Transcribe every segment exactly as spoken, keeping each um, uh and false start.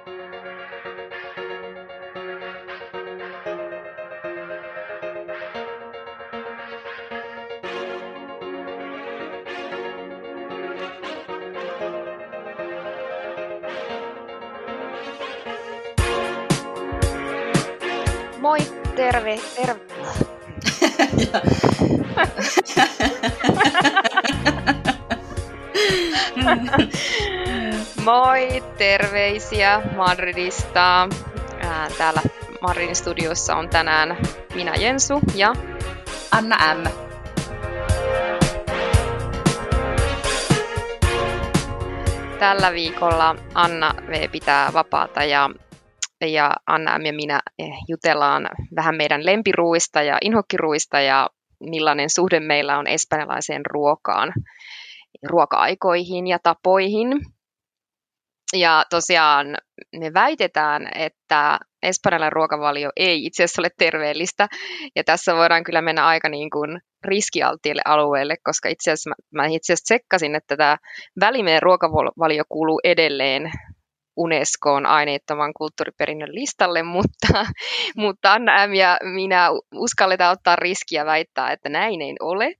Moi, terve, terve. Moi, terveisiä Madridista. Täällä Madridin studiossa on tänään minä Jensu ja Anna M. Tällä viikolla Anna V pitää vapaata ja, ja Anna M ja minä jutellaan vähän meidän lempiruuista ja inhokkiruuista ja millainen suhde meillä on espanjalaiseen ruokaan, ruoka-aikoihin ja tapoihin. Ja tosiaan me väitetään, että espanjalainen ruokavalio ei itse asiassa ole terveellistä. Ja tässä voidaan kyllä mennä aika niin kuin riskialttiille alueelle, koska itse asiassa mä, mä itse asiassa tsekkasin, että tämä Välimeren ruokavalio kuuluu edelleen Unescoon aineettoman kulttuuriperinnön listalle, mutta, mutta Anna M ja minä uskalletaan ottaa riskiä väittää, että näin ei ole.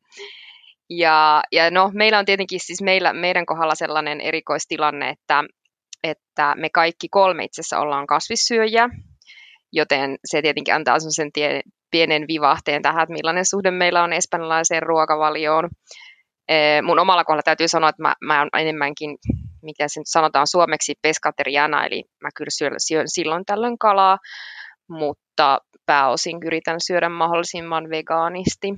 Ja, ja no, meillä on tietenkin siis meillä, meidän kohdalla sellainen erikoistilanne, että, että me kaikki kolme itse asiassa ollaan kasvissyöjiä, joten se tietenkin antaa sen tie, pienen vivahteen tähän, että millainen suhde meillä on espanjalaiseen ruokavalioon. E, mun omalla kohdalla täytyy sanoa, että mä, mä olen enemmänkin, mitä se nyt sanotaan suomeksi, pescateriana, eli mä kyllä syön, syön silloin tällöin kalaa, mutta pääosin yritän syödä mahdollisimman vegaanisti.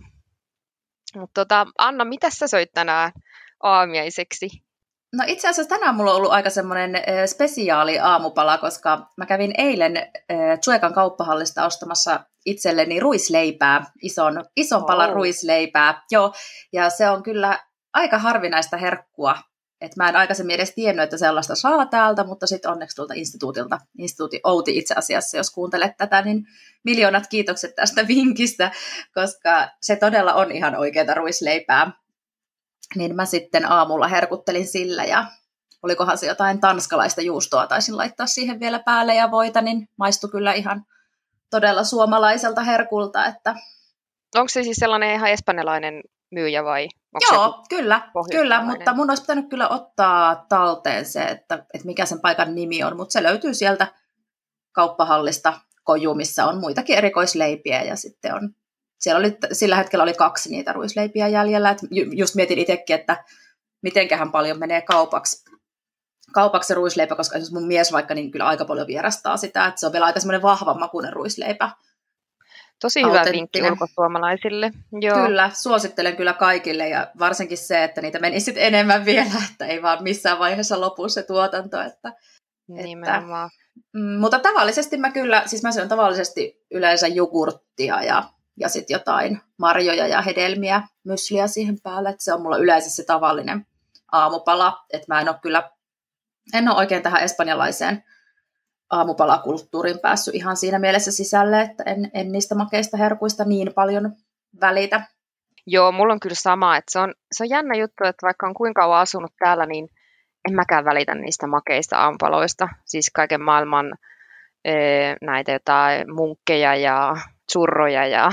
Mutta tota, Anna, mitä sä söit tänään aamiaiseksi? No itse asiassa tänään mulla on ollut aika semmoinen äh, spesiaali aamupala, koska mä kävin eilen äh, Chuecan kauppahallista ostamassa itselleni ruisleipää, ison, ison palan oh. ruisleipää. Joo, ja se on kyllä aika harvinaista herkkua. Et mä en aikaisemmin edes tiennyt, että sellaista saa täältä, mutta sitten onneksi tuolta instituutilta, instituutti Outi itse asiassa, jos kuuntelet tätä, niin miljoonat kiitokset tästä vinkistä, koska se todella on ihan oikeaa ruisleipää. Niin mä sitten aamulla herkuttelin sillä ja olikohan se jotain tanskalaista juustoa, taisin laittaa siihen vielä päälle ja voita, niin maistui kyllä ihan todella suomalaiselta herkulta. Että... Onko se siis sellainen ihan espanjalainen myyjä vai? Joo, kyllä, kyllä, mutta mun olisi pitänyt kyllä ottaa talteen se, että, että mikä sen paikan nimi on, mutta se löytyy sieltä kauppahallista Koju, missä on muitakin erikoisleipiä ja sitten on, siellä oli, sillä hetkellä oli kaksi niitä ruisleipiä jäljellä, että just mietin itsekin, että mitenköhän paljon menee kaupaksi, kaupaksi se ruisleipä, koska esimerkiksi mun mies vaikka niin kyllä aika paljon vierastaa sitä, että se on vielä aika semmoinen vahvan makuinen ruisleipä. Tosi hyvä vinkki ulkosuomalaisille. Joo. Kyllä, suosittelen kyllä kaikille ja varsinkin se, että niitä menisi enemmän vielä, että ei vaan missään vaiheessa lopu se tuotanto. Että, Nimenomaan. Että, mm, mutta tavallisesti mä kyllä, siis mä syön tavallisesti yleensä jogurttia ja, ja sitten jotain marjoja ja hedelmiä, mysliä siihen päälle, että se on mulla yleensä se tavallinen aamupala, että mä en ole kyllä, en ole oikein tähän espanjalaiseen aamupalakulttuuriin päässyt ihan siinä mielessä sisälle, että en, en niistä makeista herkuista niin paljon välitä. Joo, mulla on kyllä sama, että se on, se on jännä juttu, että vaikka on kuinka kauan asunut täällä, niin en mäkään välitä niistä makeista aamupaloista. Siis kaiken maailman e, näitä jotain munkkeja ja churroja ja,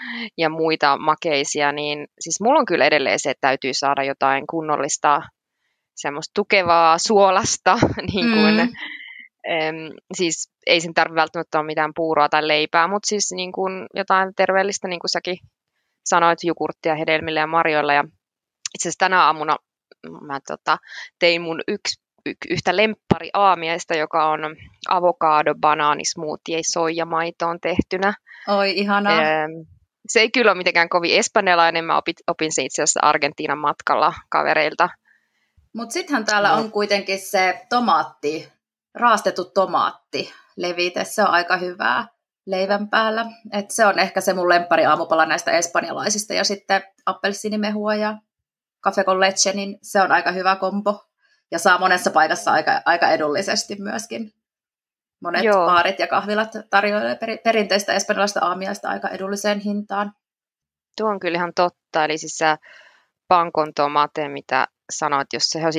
ja muita makeisia, niin siis mulla on kyllä edelleen se, että täytyy saada jotain kunnollista semmoista tukevaa suolasta, niin kuin mm. Em, siis ei sen tarvitse välttämättä ole mitään puuroa tai leipää, mutta siis niin kuin jotain terveellistä, niin kuin säkin sanoit, jogurttia hedelmillä ja marjoilla. Ja itse asiassa tänä aamuna mä tota, tein mun yksi, y, yhtä lemppari aamiaista, joka on avokado, banaani, smoothie, soijamaitoon tehtynä. Oi, ihanaa. Em, se ei kyllä ole mitenkään kovin espanjalainen, mä opin, opin se itse asiassa Argentiinan matkalla kavereilta. Mutta sittenhän täällä no. on kuitenkin se tomaatti, raastettu tomaatti levite, se on aika hyvää leivän päällä. Et se on ehkä se mun lemppari aamupala näistä espanjalaisista. Ja sitten appelsiinimehua ja café con leche, niin se on aika hyvä kombo. Ja saa monessa paikassa aika, aika edullisesti myöskin. Monet Joo. baarit ja kahvilat tarjoilee per, perinteistä espanjalaista aamiaista aika edulliseen hintaan. Tuo on kyllä ihan totta. Eli siis se pankon tomate, mitä sanoit, jos se olisit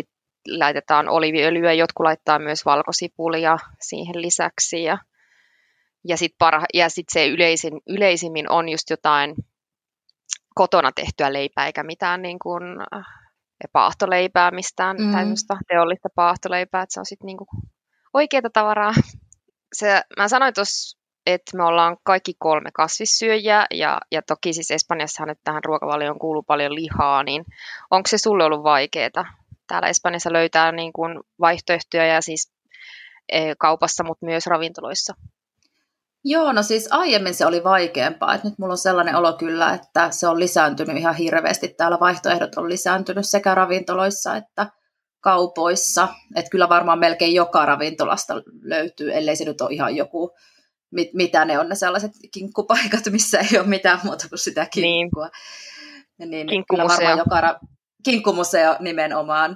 laitetaan oliiviöljyä, jotkut laittaa myös valkosipulia siihen lisäksi. Ja, ja sitten parha- sit se yleisin, yleisimmin on just jotain kotona tehtyä leipää, eikä mitään niin kuin paahtoleipää mistään, mm. tai teollista paahtoleipää, että se on sitten niin kuin oikeaa tavaraa. Se, mä sanoin tuossa, että me ollaan kaikki kolme kasvissyöjiä, ja, ja toki siis Espanjassahan, että tähän ruokavalioon kuuluu paljon lihaa, niin onko se sulle ollut vaikeaa? Täällä Espanjassa löytää niin kuin vaihtoehtoja ja siis e, kaupassa, mutta myös ravintoloissa. Joo, no siis aiemmin se oli vaikeampaa. Et nyt mulla on sellainen olo kyllä, että se on lisääntynyt ihan hirveästi. Täällä vaihtoehdot on lisääntynyt sekä ravintoloissa että kaupoissa. Että kyllä varmaan melkein joka ravintolasta löytyy, ellei se nyt ole ihan joku, mit, mitä ne on ne sellaiset kinkkupaikat, missä ei ole mitään muuta kuin sitä kinkkua. Niin, niin Kinkkumuseo. Joka, kinkkumuseo nimenomaan,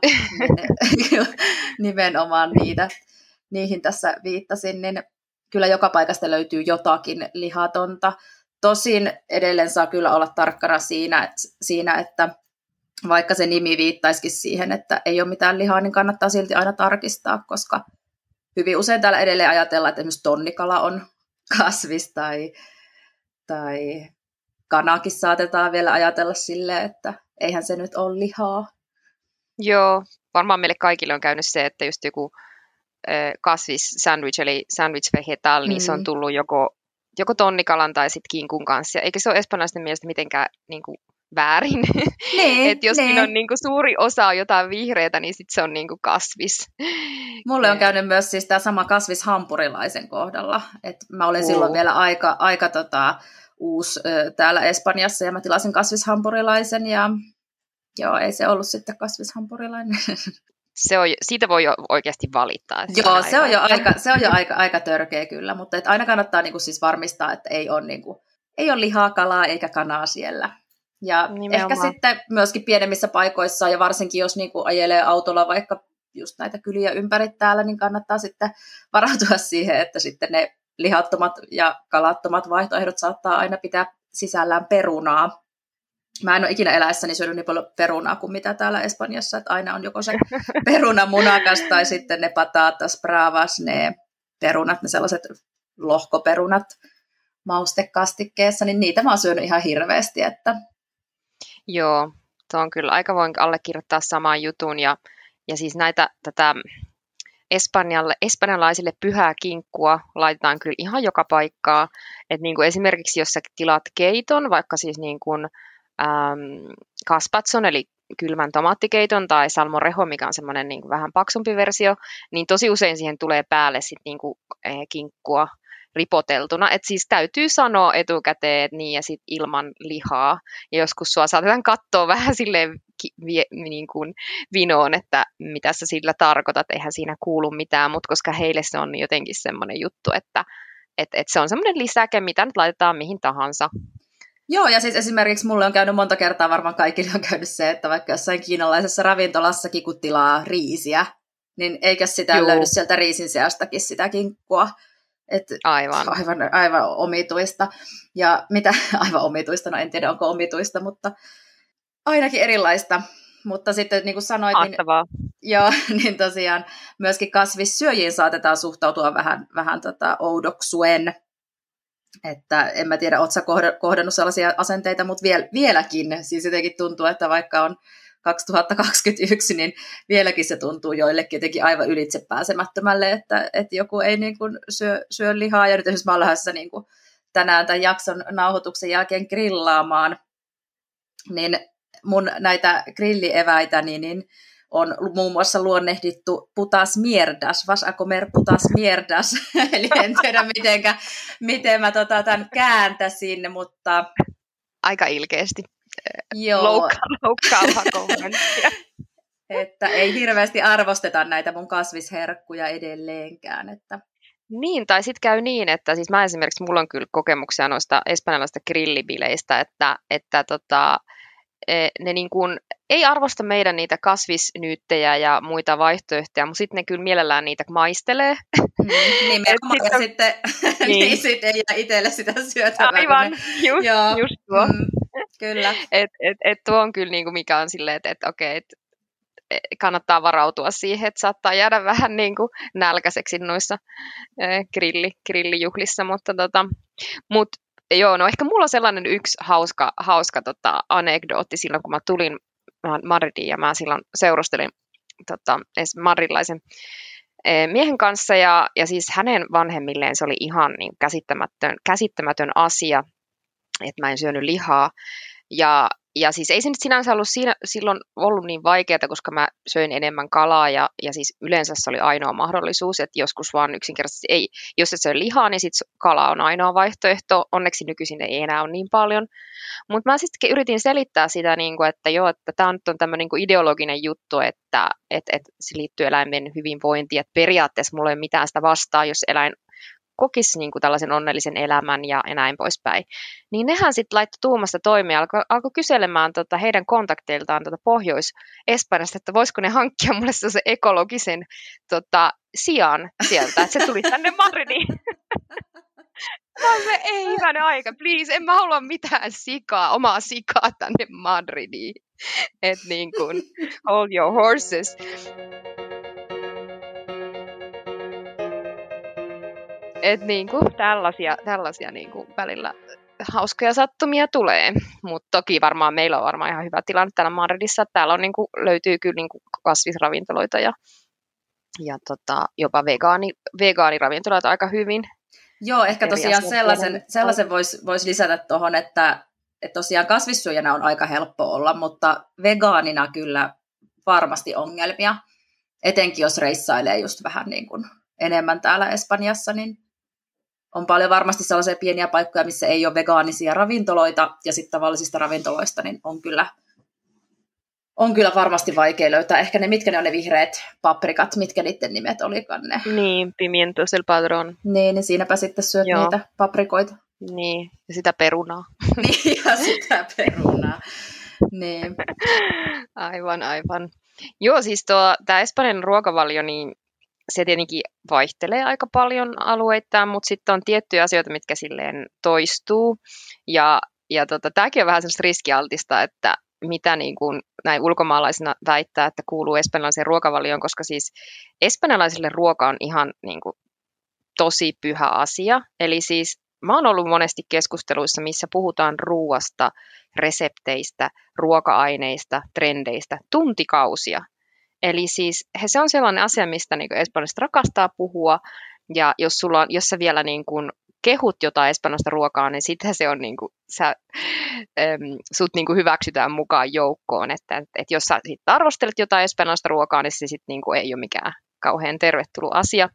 nimenomaan niitä, niihin tässä viittasin, niin kyllä joka paikasta löytyy jotakin lihatonta. Tosin edelleen saa kyllä olla tarkkana siinä, siinä, että vaikka se nimi viittaisikin siihen, että ei ole mitään lihaa, niin kannattaa silti aina tarkistaa, koska hyvin usein täällä edelleen ajatellaan, että esimerkiksi tonnikala on kasvis tai, tai kanakin saatetaan vielä ajatella silleen, että eihän se nyt ole lihaa. Joo, varmaan meille kaikille on käynyt se, että just joku kasvis-sandwich, eli sandwich vegetal, niin mm. se on tullut joko, joko tonnikalan tai sitten kinkun kanssa. Eikä se ole espanjalaisten mielestä mitenkään niin kuin väärin. Nee, että jos siinä on niin kuin suuri osa jotain vihreätä, niin sitten se on niin kuin kasvis. Mulle on käynyt myös siis tämä sama kasvis hampurilaisen kohdalla. Et mä olin uh. silloin vielä aika, aika tota, uusi ö, täällä Espanjassa ja mä tilasin kasvishampurilaisen ja joo, ei se ollut sitten kasvishampurilainen. Se on, siitä voi jo oikeasti valittaa. Joo, se on jo aika, se on jo aika, aika törkeä kyllä, mutta et aina kannattaa niinku siis varmistaa, että ei ole, niinku, ei ole lihaa, kalaa eikä kanaa siellä. Ja nimenomaan. Ehkä sitten myöskin pienemmissä paikoissa ja varsinkin jos niinku ajelee autolla vaikka just näitä kyliä ympäri täällä, niin kannattaa sitten varautua siihen, että sitten ne lihattomat ja kalattomat vaihtoehdot saattaa aina pitää sisällään perunaa. Mä en ole ikinä eläessäni syönyt niin paljon perunaa kuin mitä täällä Espanjassa, että aina on joko se perunamunakas tai sitten ne patatas bravas, ne perunat, ne sellaiset lohkoperunat maustekastikkeessa, niin niitä mä oon syönyt ihan hirveästi. Että... Joo, tuo on kyllä aika voin allekirjoittaa saman jutun ja, ja siis näitä tätä Espanjalle, espanjalaisille pyhää kinkkua laitetaan kyllä ihan joka paikkaa, että niin kuin esimerkiksi jos sä tilaat keiton, vaikka siis niin kuin Ähm, gazpachon, eli kylmän tomaattikeiton, tai salmorejo, mikä on semmoinen niin kuin vähän paksumpi versio, niin tosi usein siihen tulee päälle sit niin kuin, eh, kinkkua ripoteltuna. Et siis täytyy sanoa etukäteen, että niin ja sit ilman lihaa. Ja joskus sua saatetaan katsoa vähän silleen vi, niin kuin vinoon, että mitä sä sillä tarkoitat, eihän siinä kuulu mitään, mutta koska heille se on jotenkin semmoinen juttu, että et, et se on semmoinen lisäke, mitä nyt laitetaan mihin tahansa. Joo, ja siis esimerkiksi mulle on käynyt monta kertaa, varmaan kaikille on käynyt se, että vaikka jossain kiinalaisessa ravintolassakin, kun tilaa riisiä, niin eikä sitä Juu. löydy sieltä riisin seastakin sitä kinkkua. Et aivan. aivan. Aivan omituista. Ja mitä, aivan omituista, no en tiedä onko omituista, mutta ainakin erilaista. Mutta sitten niin kuin sanoit, niin, joo, niin tosiaan myöskin kasvissyöjiin saatetaan suhtautua vähän, vähän tota oudoksuen. Että en mä tiedä, ootko sä kohdannut sellaisia asenteita, mutta viel, vieläkin, siis jotenkin tuntuu, että vaikka on kaksituhattakaksikymmentäyksi, niin vieläkin se tuntuu joillekin jotenkin aivan ylitsepääsemättömälle, että, että joku ei niin kuin syö, syö lihaa, ja nyt esimerkiksi mä olen lähdössä niin kuin tänään tämän jakson nauhoituksen jälkeen grillaamaan, niin mun näitä grillieväitä, niin, niin on muun muassa luonnehdittu putas mierdas, vas a comer putas mierdas, eli en tiedä mitenkä, miten mä tota tämän kääntäisin, mutta... Aika ilkeästi. Joo. Loukka- loukkaavaa kommenttia. Että ei hirveästi arvosteta näitä mun kasvisherkkuja edelleenkään. Että... Niin, tai sitten käy niin, että siis mä esimerkiksi, mulla on kyllä kokemuksia noista espanjalaisista grillibileistä, että, että tota, ne niin kuin ei arvosta meidän niitä kasvisnyyttejä ja muita vaihtoehtoja, mutta sitten ne kyllä mielellään niitä maistelee. Mm, nimenomaan, ja sitten, niin. niin sit ei jää itselle sitä syötävää. Aivan, ne... just, Joo. just tuo. Mm, kyllä. Et, et, et tuo on kyllä niinku mikä on silleen, että et, okei, et, kannattaa varautua siihen, että saattaa jäädä vähän niin kuin nälkäiseksi noissa grilli, grillijuhlissa, mutta tota, mut, joo, no ehkä mulla on sellainen yksi hauska, hauska tota, anekdootti silloin, kun mä tulin Madridiin ja mä silloin seurustelin tota, madridilaisen miehen kanssa ja, ja siis hänen vanhemmilleen se oli ihan niin käsittämätön, käsittämätön asia, että mä en syönyt lihaa. Ja, ja siis ei se nyt sinänsä ollut siinä, silloin ollut niin vaikeaa, koska mä söin enemmän kalaa ja, ja siis yleensä se oli ainoa mahdollisuus, että joskus vaan yksinkertaisesti ei, jos et syö lihaa, niin sit kala on ainoa vaihtoehto. Onneksi nykyisin ei enää ole niin paljon. Mutta mä sitten yritin selittää sitä, niin kuin, että joo, että tämä on tämmöinen niin ideologinen juttu, että et, et se liittyy eläimen hyvinvointiin, että periaatteessa mulla ei ole mitään sitä vastaa, jos eläin kokisi niin kuin tällaisen onnellisen elämän ja, ja näin poispäin. Niin nehän sitten laittoi tuumasta toimeen, alkoi alko kyselemään tota heidän kontakteiltaan tota Pohjois-Espanjasta, että voisiko ne hankkia mulle sellaisen ekologisen tota, sian sieltä, että se tuli tänne Madridiin. Mä se, ei hyvänen aika, please, en mä halua mitään sikaa, omaa sikaa tänne Madridiin. Että niin kuin, hold your horses. Että niin kuin tällaisia, tällaisia niin kuin välillä hauskoja sattumia tulee. Mutta toki varmaan meillä on varmaan ihan hyvä tilanne täällä Madridissa. Täällä on, niin kuin, löytyy kyllä niin kuin kasvisravintoloita ja, ja tota, jopa vegaani, vegaaniravintoloita aika hyvin. Joo, ehkä tosiaan sellaisen, sellaisen voisi vois lisätä tuohon, että, että tosiaan kasvissyöjänä on aika helppo olla, mutta vegaanina kyllä varmasti ongelmia. Etenkin jos reissailee just vähän niin kuin enemmän täällä Espanjassa, niin on paljon varmasti sellaisia pieniä paikkoja, missä ei ole vegaanisia ravintoloita, ja sitten tavallisista ravintoloista niin on kyllä, on kyllä varmasti vaikea löytää. Ehkä ne, mitkä ne on ne vihreät paprikat, mitkä niiden nimet olikaan ne. Niin, pimientos el padrón. Niin, niin siinäpä sitten syöt Joo. niitä paprikoita. Niin, ja sitä perunaa. Niin, ja sitä perunaa. Niin. Aivan, aivan. Joo, siis tämä Espanjan ruokavalio, niin se tietenkin vaihtelee aika paljon alueittain, mutta sitten on tiettyjä asioita, mitkä silleen toistuu. Ja, ja tota, tämäkin on vähän semmoista riskialtista, että mitä niin kuin näin ulkomaalaisina väittää, että kuuluu espanjalaiseen ruokavalioon, koska siis espanjalaisille ruoka on ihan niin kuin tosi pyhä asia. Eli siis mä oon ollut monesti keskusteluissa, missä puhutaan ruuasta, resepteistä, ruoka-aineista, trendeistä, tuntikausia. Eli siis se on sellainen asia, mistä niin espanjalaiset rakastaa puhua, ja jos, sulla on, jos sä vielä niin kuin kehut jotain espanjalaista ruokaa, niin sitten se on niin kuin, sä, äm, sut niin kuin hyväksytään mukaan joukkoon, että et, et jos sä sit arvostelet jotain espanjalaista ruokaa, niin se sitten niin kuin ei ole mikään kauhean tervetullut asia.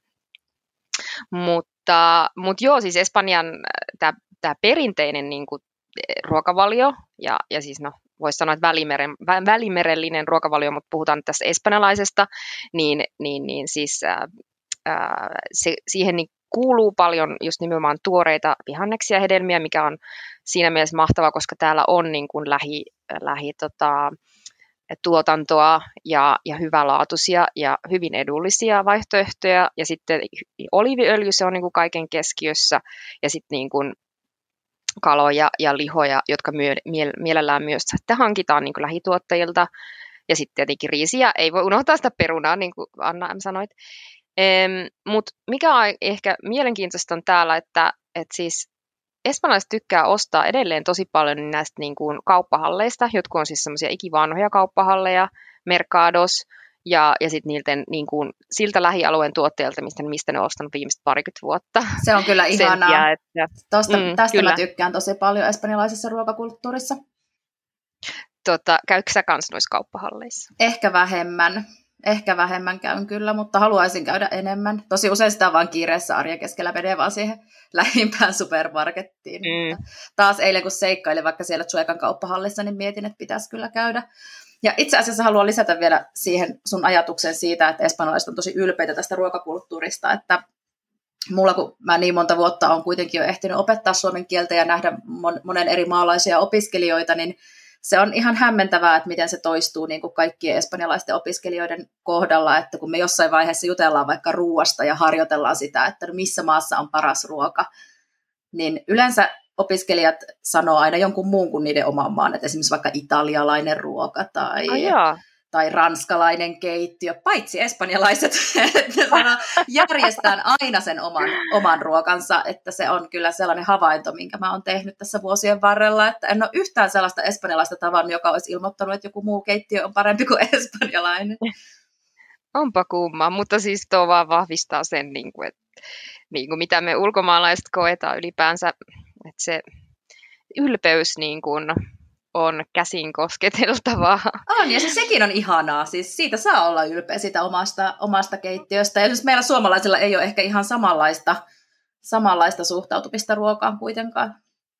Mutta, mutta joo, siis Espanjan tämä perinteinen niin kuin ruokavalio, ja, ja siis no, voisi sanoa, että välimeren, vä, välimerellinen ruokavalio, mutta puhutaan tässä espanjalaisesta, niin, niin, niin siis ää, ää, se, siihen niin kuuluu paljon just nimenomaan tuoreita vihanneksia ja hedelmiä, mikä on siinä mielessä mahtavaa, koska täällä on niin kuin lähi, lähi tota, tuotantoa ja, ja hyvälaatuisia ja hyvin edullisia vaihtoehtoja. Ja sitten oliiviöljy, se on niin kuin kaiken keskiössä, ja sitten niin kuin kaloja ja lihoja, jotka myö, mie, mielellään myös hankitaan niin kuin lähituottajilta. Ja sitten tietenkin riisiä, ei voi unohtaa sitä perunaa, niin kuin Anna sanoit. Ehm, Mutta mikä on ehkä mielenkiintoista on täällä, että et siis espanjalaiset tykkää ostaa edelleen tosi paljon näistä niin kuin kauppahalleista, jotka on siis semmoisia ikivanhoja kauppahalleja, Mercados, ja, ja sitten niiltä niin kuin, siltä lähialueen tuotteilta, mistä, mistä ne on ostanut viimeiset parikymmentä vuotta. Se on kyllä ihanaa. Sentia, että, Tosta, mm, tästä kyllä. mä tykkään tosi paljon espanjalaisessa ruokakulttuurissa. Tota, käykö sä kanssa noissa kauppahalleissa? Ehkä vähemmän. Ehkä vähemmän käyn kyllä, mutta haluaisin käydä enemmän. Tosi usein sitä vaan kiireessä arjen keskellä menee vaan siihen lähimpään supermarkettiin. Mm. Taas eilen kun seikkailin vaikka siellä Chuecan kauppahallissa, niin mietin, että pitäisi kyllä käydä. Ja itse asiassa haluan lisätä vielä siihen sun ajatuksen siitä, että espanjalaiset on tosi ylpeitä tästä ruokakulttuurista, että mulla kun mä niin monta vuotta on kuitenkin jo ehtinyt opettaa suomen kieltä ja nähdä monen eri maalaisia opiskelijoita, niin se on ihan hämmentävää, että miten se toistuu niin kuin kaikkien espanjalaisten opiskelijoiden kohdalla, että kun me jossain vaiheessa jutellaan vaikka ruuasta ja harjoitellaan sitä, että no missä maassa on paras ruoka, niin yleensä opiskelijat sanoo aina jonkun muun kuin niiden oman maan, että esimerkiksi vaikka italialainen ruoka tai, tai ranskalainen keittiö, paitsi espanjalaiset, ne sanoo, järjestään aina sen oman, oman ruokansa, että se on kyllä sellainen havainto, minkä mä oon tehnyt tässä vuosien varrella, että en ole yhtään sellaista espanjalaista tavannut, joka olisi ilmoittanut, että joku muu keittiö on parempi kuin espanjalainen. Onpa kummaa, mutta siis tuo vaan vahvistaa sen, niin kuin, että niin kuin mitä me ulkomaalaiset koetaan ylipäänsä, että se ylpeys niin kuin on käsin kosketeltavaa. On, ja se, sekin on ihanaa. Siis siitä saa olla ylpeä siitä omasta, omasta keittiöstä. Ja siis meillä suomalaisilla ei ole ehkä ihan samanlaista, samanlaista suhtautumista ruokaan kuitenkaan.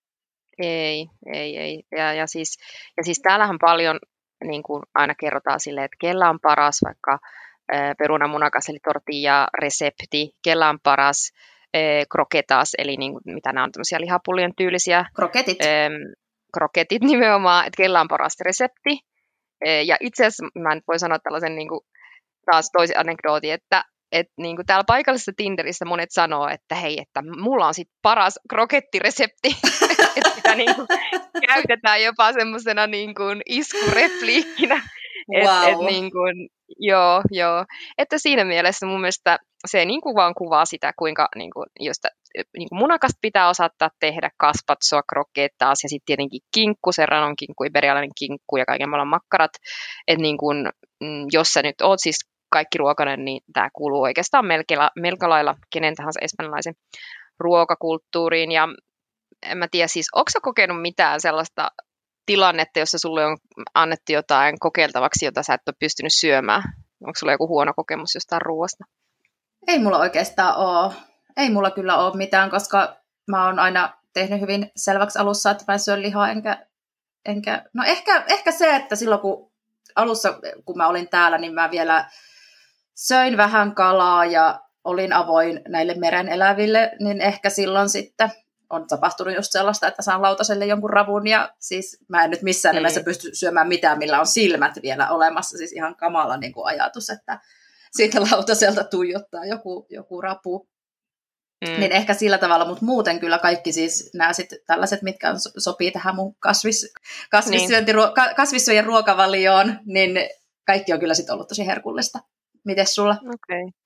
Ei, ei, ei. Ja, ja, siis, ja siis täällähän paljon niin kuin aina kerrotaan silleen, että kellä on paras vaikka äh, perunamunakas eli tortilla resepti, kellä on paras äh, croquetas, eli niin kuin, mitä nämä on tämmöisiä lihapuljon tyylisiä. Kroketit. Ähm, kroketit nimenomaan, että kellä on paras resepti. Ja itse asiassa mä nyt voi sanoa tällaisen niin kuin, taas toisen anekdootin, että et, niin kuin täällä paikallisessa Tinderissä monet sanoo, että hei, että mulla on sit paras krokettiresepti, että sitä niin kuin, käytetään jopa semmoisena niin kuin iskurepliikkinä. Wow. Et, et, niin kuin, joo, joo. Että siinä mielessä mun mielestä se niin kuin vaan kuvaa sitä, kuinka niin kuin, josta, niin kuin munakasta pitää osata tehdä kaspatsoa, croquetas ja sitten tietenkin kinkku, serranon kinkku, iberialainen kinkku ja kaiken maailman makkarat. Että niin kuin, jos sä nyt oot siis kaikki ruokainen, niin tämä kuuluu oikeastaan melkein, melko lailla kenen tahansa espanjalaisen ruokakulttuuriin. Ja en mä tiedä siis, onko sä kokenut mitään sellaista tilannetta, jossa sulle on annettu jotain kokeiltavaksi, jota sä et ole pystynyt syömään? Onko sulla joku huono kokemus jostain ruoasta? Ei mulla oikeastaan ole. Ei mulla kyllä ole mitään, koska mä oon aina tehnyt hyvin selväksi alussa, että mä en syö lihaa, enkä, enkä... No ehkä, ehkä se, että silloin kun alussa, kun mä olin täällä, niin mä vielä söin vähän kalaa ja olin avoin näille meren eläville, niin ehkä silloin sitten on tapahtunut just sellaista, että saan lautaselle jonkun ravun, ja siis mä en nyt missään mm. nimessä pysty syömään mitään, millä on silmät vielä olemassa, siis ihan kamala niin kuin ajatus, että siitä lautaselta tuijottaa joku, joku rapu. Mm. Niin ehkä sillä tavalla, mutta muuten kyllä kaikki siis nämä sit tällaiset, mitkä on, sopii tähän mun kasvis, kasvissyöntiruo- kasvissyöjän ruokavalioon, niin kaikki on kyllä sitten ollut tosi herkullista. Mites sulla? Okei. Okay.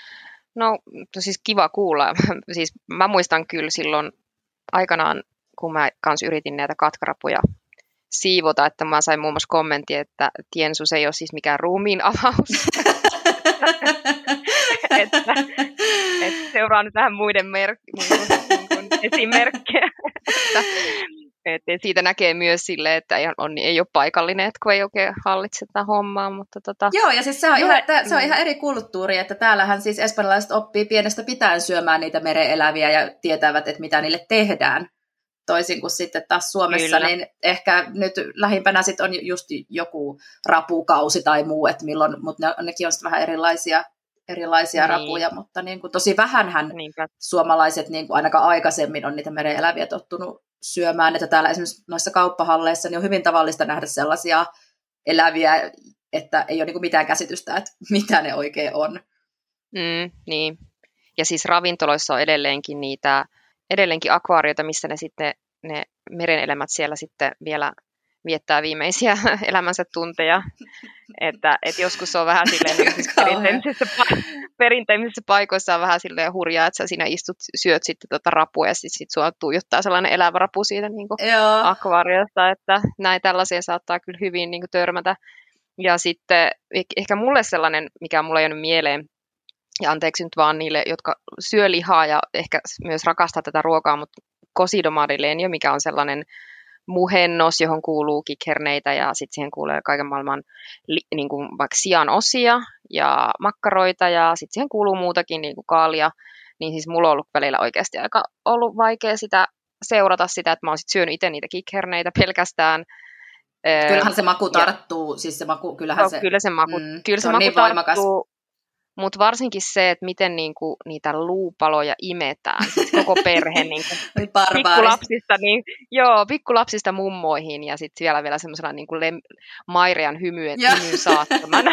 No siis kiva kuulla. Siis mä muistan kyllä silloin aikanaan, kun mä kans yritin näitä katkarapuja siivota, että mä sain muun muassa kommentti, että tiensus ei ole siis mikään ruumiin avaus. että, että seuraa nyt vähän muiden mer- esimerkkejä. että, että siitä näkee myös silleen, että ei, on, ei ole paikallinen, että kun ei oikein hallitse tätä hommaa. Mutta tota, joo, ja siis se on, ihan, tää, se on ihan eri kulttuuri, että täällähän siis espanjalaiset oppii pienestä pitäen syömään niitä mereneläviä ja tietävät, että mitä niille tehdään. Toisin kuin sitten taas Suomessa, kyllä. Niin ehkä nyt lähimpänä sit on just joku rapukausi tai muu, että milloin, mutta ne, nekin on sitten vähän erilaisia, erilaisia niin. rapuja, mutta niin kuin tosi vähänhän Niinpä. Suomalaiset niin kuin ainakaan aikaisemmin on niitä mereneläviä tottunut syömään, että täällä esimerkiksi noissa kauppahalleissa niin on hyvin tavallista nähdä sellaisia eläviä, että ei ole niin kuin mitään käsitystä, että mitä ne oikein on. Mm, niin, ja siis ravintoloissa on edelleenkin niitä edelleenkin akvaarioita, missä ne sitten ne merenelämät siellä sitten vielä viettää viimeisiä elämänsä tunteja. Että et joskus on vähän silleen, siis perinteisissä, perinteisissä paikoissa on vähän silleen hurjaa, että sä siinä istut, syöt sitten tota rapua ja sitten sit sua tuijottaa sellainen elävä rapu siitä niin kuin akvaariosta, että näin tällaisia saattaa kyllä hyvin niin kuin törmätä. Ja sitten ehkä mulle sellainen, mikä on mulle jäänyt mieleen, ja anteeksi nyt vaan niille, jotka syö lihaa ja ehkä myös rakastaa tätä ruokaa, mutta cocido madrileño, mikä on sellainen muhennos, johon kuuluu kikherneitä ja sitten siihen kuulee kaiken maailman li, niin kuin vaikka sian osia ja makkaroita ja sitten siihen kuuluu muutakin niin kuin kaalia, niin siis mulla on ollut välillä oikeasti aika ollut vaikea sitä seurata sitä, että mä oon sitten syönyt itse niitä kikherneitä pelkästään. Kyllähän se maku tarttuu, ja, siis se maku, kyllähän no, se, kyllä se maku, mm, kyllä se se on maku niin tarttuu. voimakas. Mutta varsinkin se, että miten niinku niitä luupaloja imetään, siis koko perhe niinku, pikkulapsista, niin, joo, pikkulapsista mummoihin ja sitten vielä, vielä semmoisena niinku Mairean hymyyn, hymyyn saattamana.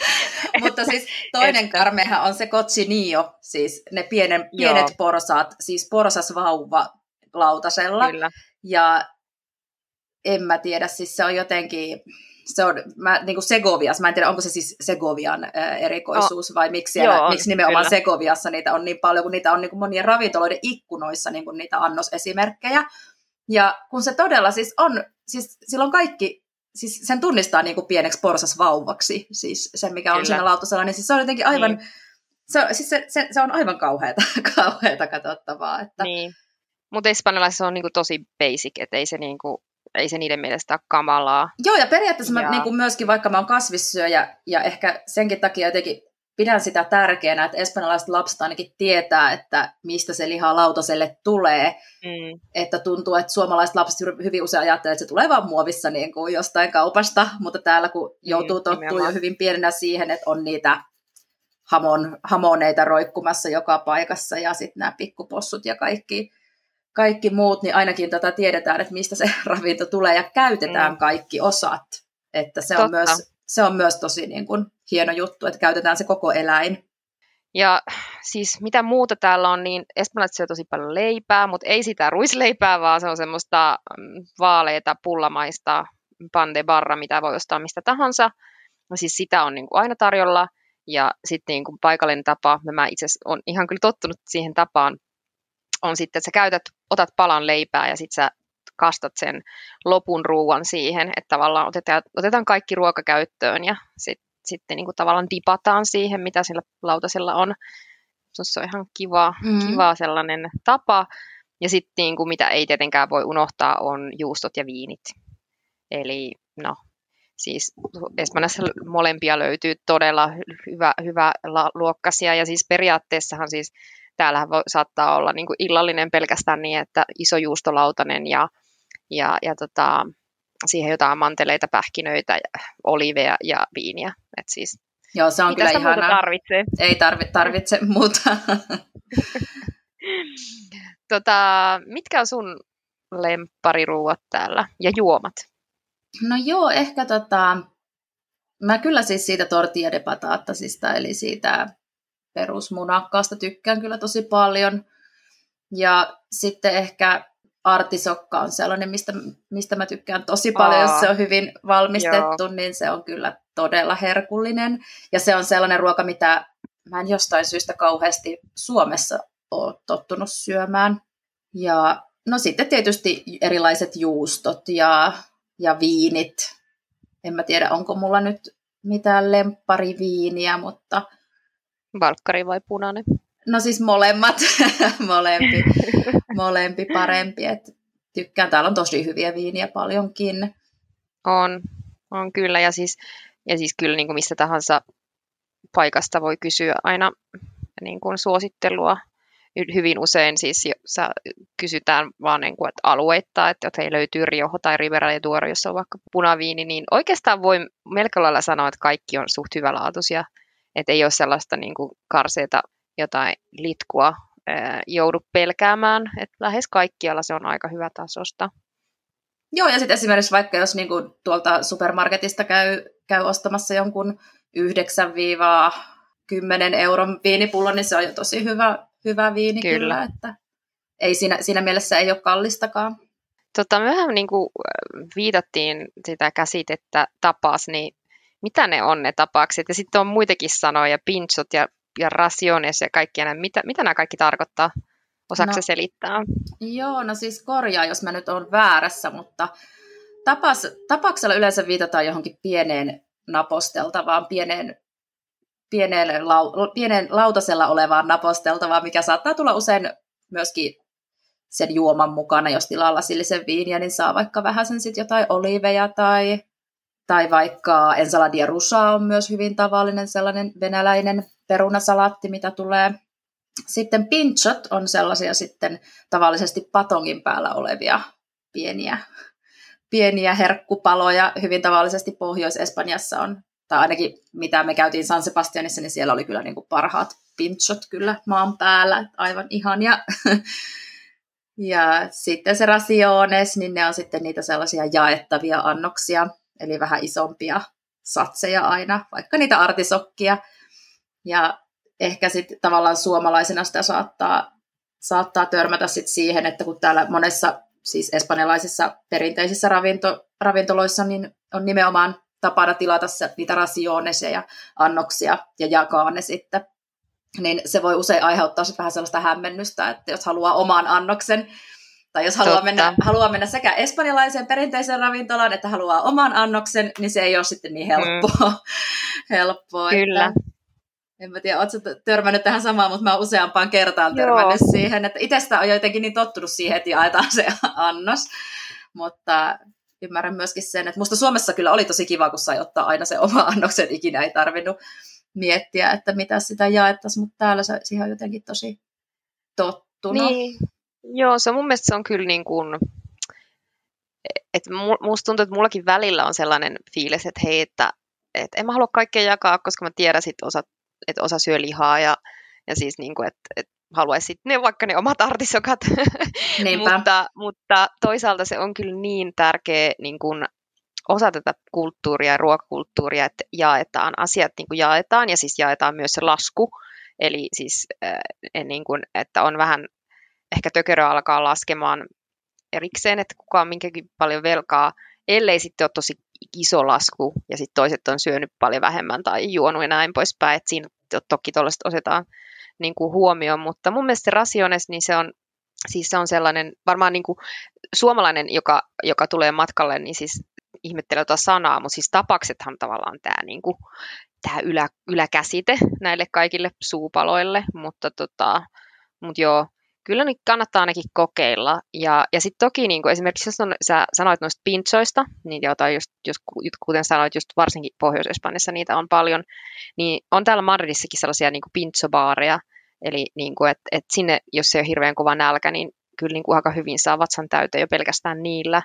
Mutta siis toinen karmehan on se cochinillo, siis ne pienen, pienet joo. porsaat, siis porsasvauva lautasella. Kyllä. Ja en mä tiedä, siis se on jotenkin... se on mä, niin kuin Segoviassa, mä en tiedä onko se siis Segovian ää, erikoisuus oh. vai miksi, siellä, Joo, miksi nimenomaan kyllä. Segoviassa niitä on niin paljon, kun niitä on niin kuin monien ravintoloiden ikkunoissa niin kuin niitä annosesimerkkejä. Ja kun se todella siis on, siis silloin kaikki, siis sen tunnistaa niin kuin pieneksi porsasvauvaksi, siis se mikä on kyllä. Siinä lautasella, niin siis se on jotenkin aivan, niin. se, siis se, se, se on aivan kauheata, kauheata katsottavaa. Että... Niin, mutta espanjalaisissa on niin kuin tosi basic, että ei se niin kuin ei se niiden mielestä ole kamalaa. Joo, ja periaatteessa ja... mä niin kuin myöskin, vaikka mä oon kasvissyöjä, ja ehkä senkin takia jotenkin pidän sitä tärkeänä, että espanjalaiset lapset ainakin tietää, että mistä se liha lautaselle tulee. Mm. Että tuntuu, että suomalaiset lapset hyvin usein ajattelee, että se tulee vaan muovissa niin kuin jostain kaupasta, mutta täällä kun joutuu mm, tottua jo hyvin pienenä siihen, että on niitä hamon, hamoneita roikkumassa joka paikassa, ja sitten nämä pikkupossut ja kaikki, kaikki muut, niin ainakin tätä tiedetään, että mistä se ravinto tulee, ja käytetään mm. kaikki osat. Että se on, myös, se on myös tosi niin kuin hieno juttu, että käytetään se koko eläin. Ja siis mitä muuta täällä on, niin espanjalaiset syö tosi paljon leipää, mutta ei sitä ruisleipää, vaan se on semmoista vaaleita, pullamaista pan de barra, mitä voi ostaa mistä tahansa. No siis sitä on niin kuin aina tarjolla. Ja sitten niin kuin paikallinen tapa, mä itse asiassa olen ihan kyllä tottunut siihen tapaan, on sitten, että sä käytät, otat palan leipää ja sitten sä kastat sen lopun ruuan siihen, että tavallaan otetaan, otetaan kaikki ruoka käyttöön ja sitten sitten niin kuin tavallaan dipataan siihen, mitä sillä lautasella on. Se on ihan kiva, mm. kiva sellainen tapa. Ja sitten niin kuin mitä ei tietenkään voi unohtaa, on juustot ja viinit. Eli no, siis Espanjassa molempia löytyy todella hyvä, hyvä luokkaisia. Ja siis periaatteessahan siis täällähän voi, saattaa olla niin kuin illallinen pelkästään niin, että iso juustolautanen ja, ja, ja tota, siihen jotain manteleita, pähkinöitä, oliveja ja viiniä. Et siis, joo, se on kyllä ihanaa. Tarvitsee? Ei tarvitse, tarvitse muuta. tota, mitkä on sun lemppariruuat täällä ja juomat? No joo, ehkä tota, mä kyllä siis siitä tortilla de patatasista, eli siitä perusmunakkaasta tykkään kyllä tosi paljon. Ja sitten ehkä artisokka on sellainen, mistä, mistä mä tykkään tosi paljon, Aa, jos se on hyvin valmistettu, joo. Niin se on kyllä todella herkullinen. Ja se on sellainen ruoka, mitä mä en jostain syystä kauheasti Suomessa ole tottunut syömään. Ja no sitten tietysti erilaiset juustot ja, ja viinit. En mä tiedä, onko mulla nyt mitään lemppariviiniä, mutta... Valkkari vai punainen? No siis molemmat, molempi, molempi parempi. Et tykkään, täällä on tosi hyviä viiniä paljonkin. On, on kyllä. Ja siis, ja siis kyllä niin kuin missä tahansa paikasta voi kysyä aina niin kuin suosittelua. Hyvin usein siis sa, kysytään vaan niin kuin, että alueittain, että hei, löytyy Rioja tai Ribera del Duero, jossa on vaikka punaviini, niin oikeastaan voi melko lailla sanoa, että kaikki on suht hyvälaatuisia. Että ei ole sellaista niin kuin karseita jotain litkua ää, joudu pelkäämään, että lähes kaikkialla se on aika hyvä tasosta. Joo, ja sitten esimerkiksi vaikka jos niinku tuolta supermarketista käy, käy ostamassa jonkun yhdeksän kymmenen euron viinipullon, niin se on jo tosi hyvä, hyvä viini kyllä, kyllä että ei siinä, siinä mielessä ei ole kallistakaan. Tota, me vähän niin kuin viitattiin sitä käsitettä tapas, niin mitä ne on ne tapakset? Ja sitten on muitakin sanoja, pinchot ja ja raciones ja kaikkia nämä. Mitä, mitä nämä kaikki tarkoittaa? Osaatko no, selittää? Joo, no siis korjaa, jos mä nyt olen väärässä, mutta tapas, tapaksella yleensä viitataan johonkin pieneen naposteltavaan, pieneen, pieneen, lau, pieneen lautasella olevaan naposteltavaan, mikä saattaa tulla usein myöskin sen juoman mukana, jos tilaa lasillisen viiniä, niin saa vaikka vähän sen sitten jotain oliveja tai, tai vaikka ensaladia rusa on myös hyvin tavallinen sellainen venäläinen perunasalaatti, mitä tulee. Sitten pinchot on sellaisia sitten tavallisesti patongin päällä olevia pieniä, pieniä herkkupaloja. Hyvin tavallisesti Pohjois-Espanjassa on, tai ainakin mitä me käytiin San Sebastianissa, niin siellä oli kyllä niin kuin parhaat pinchot kyllä maan päällä. Aivan ihania. Ja sitten se raciones, niin ne on sitten niitä sellaisia jaettavia annoksia, eli vähän isompia satseja aina, vaikka niitä artisokkia. Ja ehkä sitten tavallaan suomalaisena sitä saattaa, saattaa törmätä sit siihen, että kun täällä monessa siis espanjalaisissa perinteisissä ravinto, ravintoloissa niin on nimenomaan tapana tilata se, niitä rasioneseja, annoksia ja jakaa ne sitten. Niin se voi usein aiheuttaa sit vähän sellaista hämmennystä, että jos haluaa oman annoksen, tai jos haluaa mennä, haluaa mennä sekä espanjalaiseen perinteiseen ravintolaan, että haluaa oman annoksen, niin se ei ole sitten niin helppoa. Mm. helppoa Kyllä. Että, en mä tiedä, ootko törmännyt tähän samaan, mutta mä oon useampaan kertaan törmännyt Joo. siihen, että itsestä on jotenkin niin tottunut siihen, että jaetaan se annos. Mutta ymmärrän myöskin sen, että musta Suomessa kyllä oli tosi kiva, kun sai ottaa aina se oma annoksen, ikinä ei tarvinnut miettiä, että mitä sitä jaettaisiin, mutta täällä se, siihen on jotenkin tosi tottunut. Niin. Joo, se mun mielestä se on kyllä niin kuin, että musta tuntuu, että mullakin välillä on sellainen fiilis, että hei, että, että en mä halua kaikkea jakaa, koska mä tiedän sit osa, että osa syö lihaa ja, ja siis niin kuin, että, että haluaisi sitten ne vaikka ne omat artisokat, mutta, mutta toisaalta se on kyllä niin tärkeä niin kuin osa tätä kulttuuria ja ruokakulttuuria, että jaetaan asiat, niin kuin jaetaan ja siis jaetaan myös se lasku, eli siis äh, niin kuin, että on vähän ehkä tökerö alkaa laskemaan erikseen, että kuka on minkäkin paljon velkaa, ellei sitten ole tosi iso lasku ja sitten toiset on syönyt paljon vähemmän tai juonut ja näin poispäin, että siinä toki tuollaiset osetaan niin kuin huomioon, mutta mun mielestä se rasiones, niin se on, siis se on sellainen, varmaan niin kuin suomalainen, joka, joka tulee matkalle, niin siis ihmettelee tuota sanaa, mutta siis tapaksethan tavallaan tämä, niin kuin, tämä ylä, yläkäsite näille kaikille suupaloille, mutta tota, mut joo, kyllä nyt kannattaa ainakin kokeilla. Ja, ja sitten toki niin kuin esimerkiksi, jos on, sä sanoit noista pinchoista, niin jotain just, just, kuten sanoit, just varsinkin Pohjois-Espanjassa niitä on paljon, niin on täällä Madridissakin sellaisia niin kuin pinchobaareja, eli niin kuin, että et sinne, jos se on hirveän kova nälkä, niin kyllä niin kuin aika hyvin saa vatsan täyteen jo pelkästään niillä.